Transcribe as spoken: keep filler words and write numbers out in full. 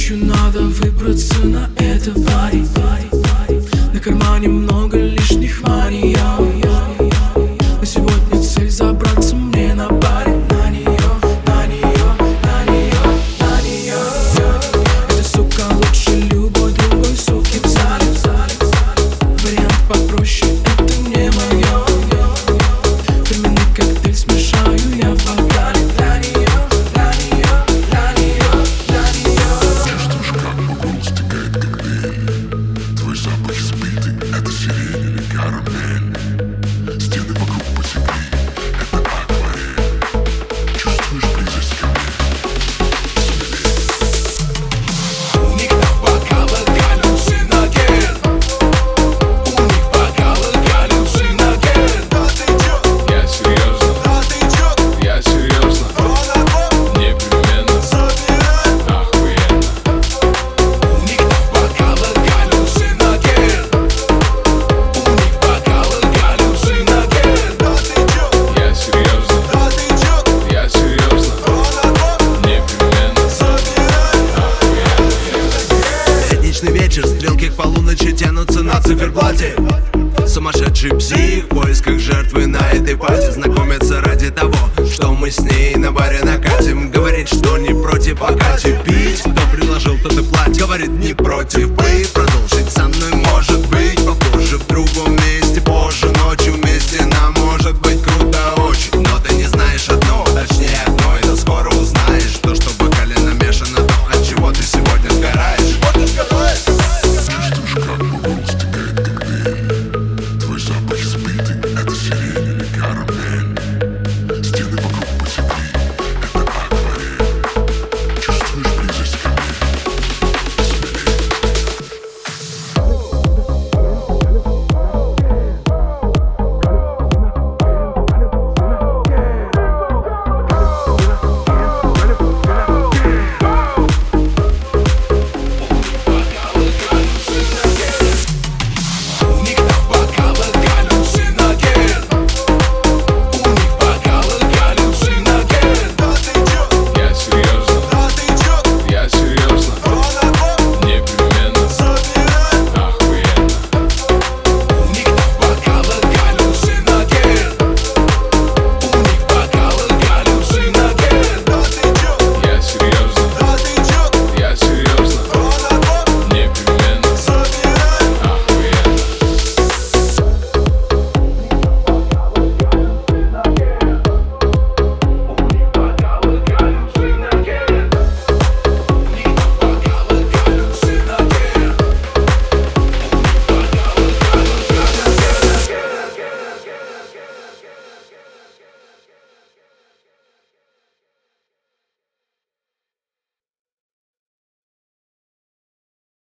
Ночью надо выбраться на это пари. На кармане много лишних мани. На сегодня цель забраться мне на паре. На нее, на нее, на нее, на нее. Эта сука лучше любой другой суки в зале. Вариант попроще, это не мое. Фирменный коктейль смешаю я в бокале. Для нее, для нее, для нее, для нее. Чувствуешь, как по горлу стекает коктейль. Твой запах избитый, это сирень или карамель. Стены вокруг потекли, это акварель. Чувствуешь близость ко мне? У них на бокалах галлюциноген. У них бокалах галлюциноген. Да ты чё? Я серьезно. Да ты чё? Я серьезно. Непременно. Охуенно. У них на бокалах галлюциноген. У них бокалах галлюциноген. Да ты чё? Я серьезно. Да ты чё? Я серьезно. Непременно. Пятничный вечер, стрелки к полуночи тянутся на циферблате. Сумасшедший псих в поисках жертвы на этой пати. Знакомятся ради того, что мы с ней на баре накатим. Говорит, что не против покати пить. Кто предложил, тот и платит. Говорит, не против быть.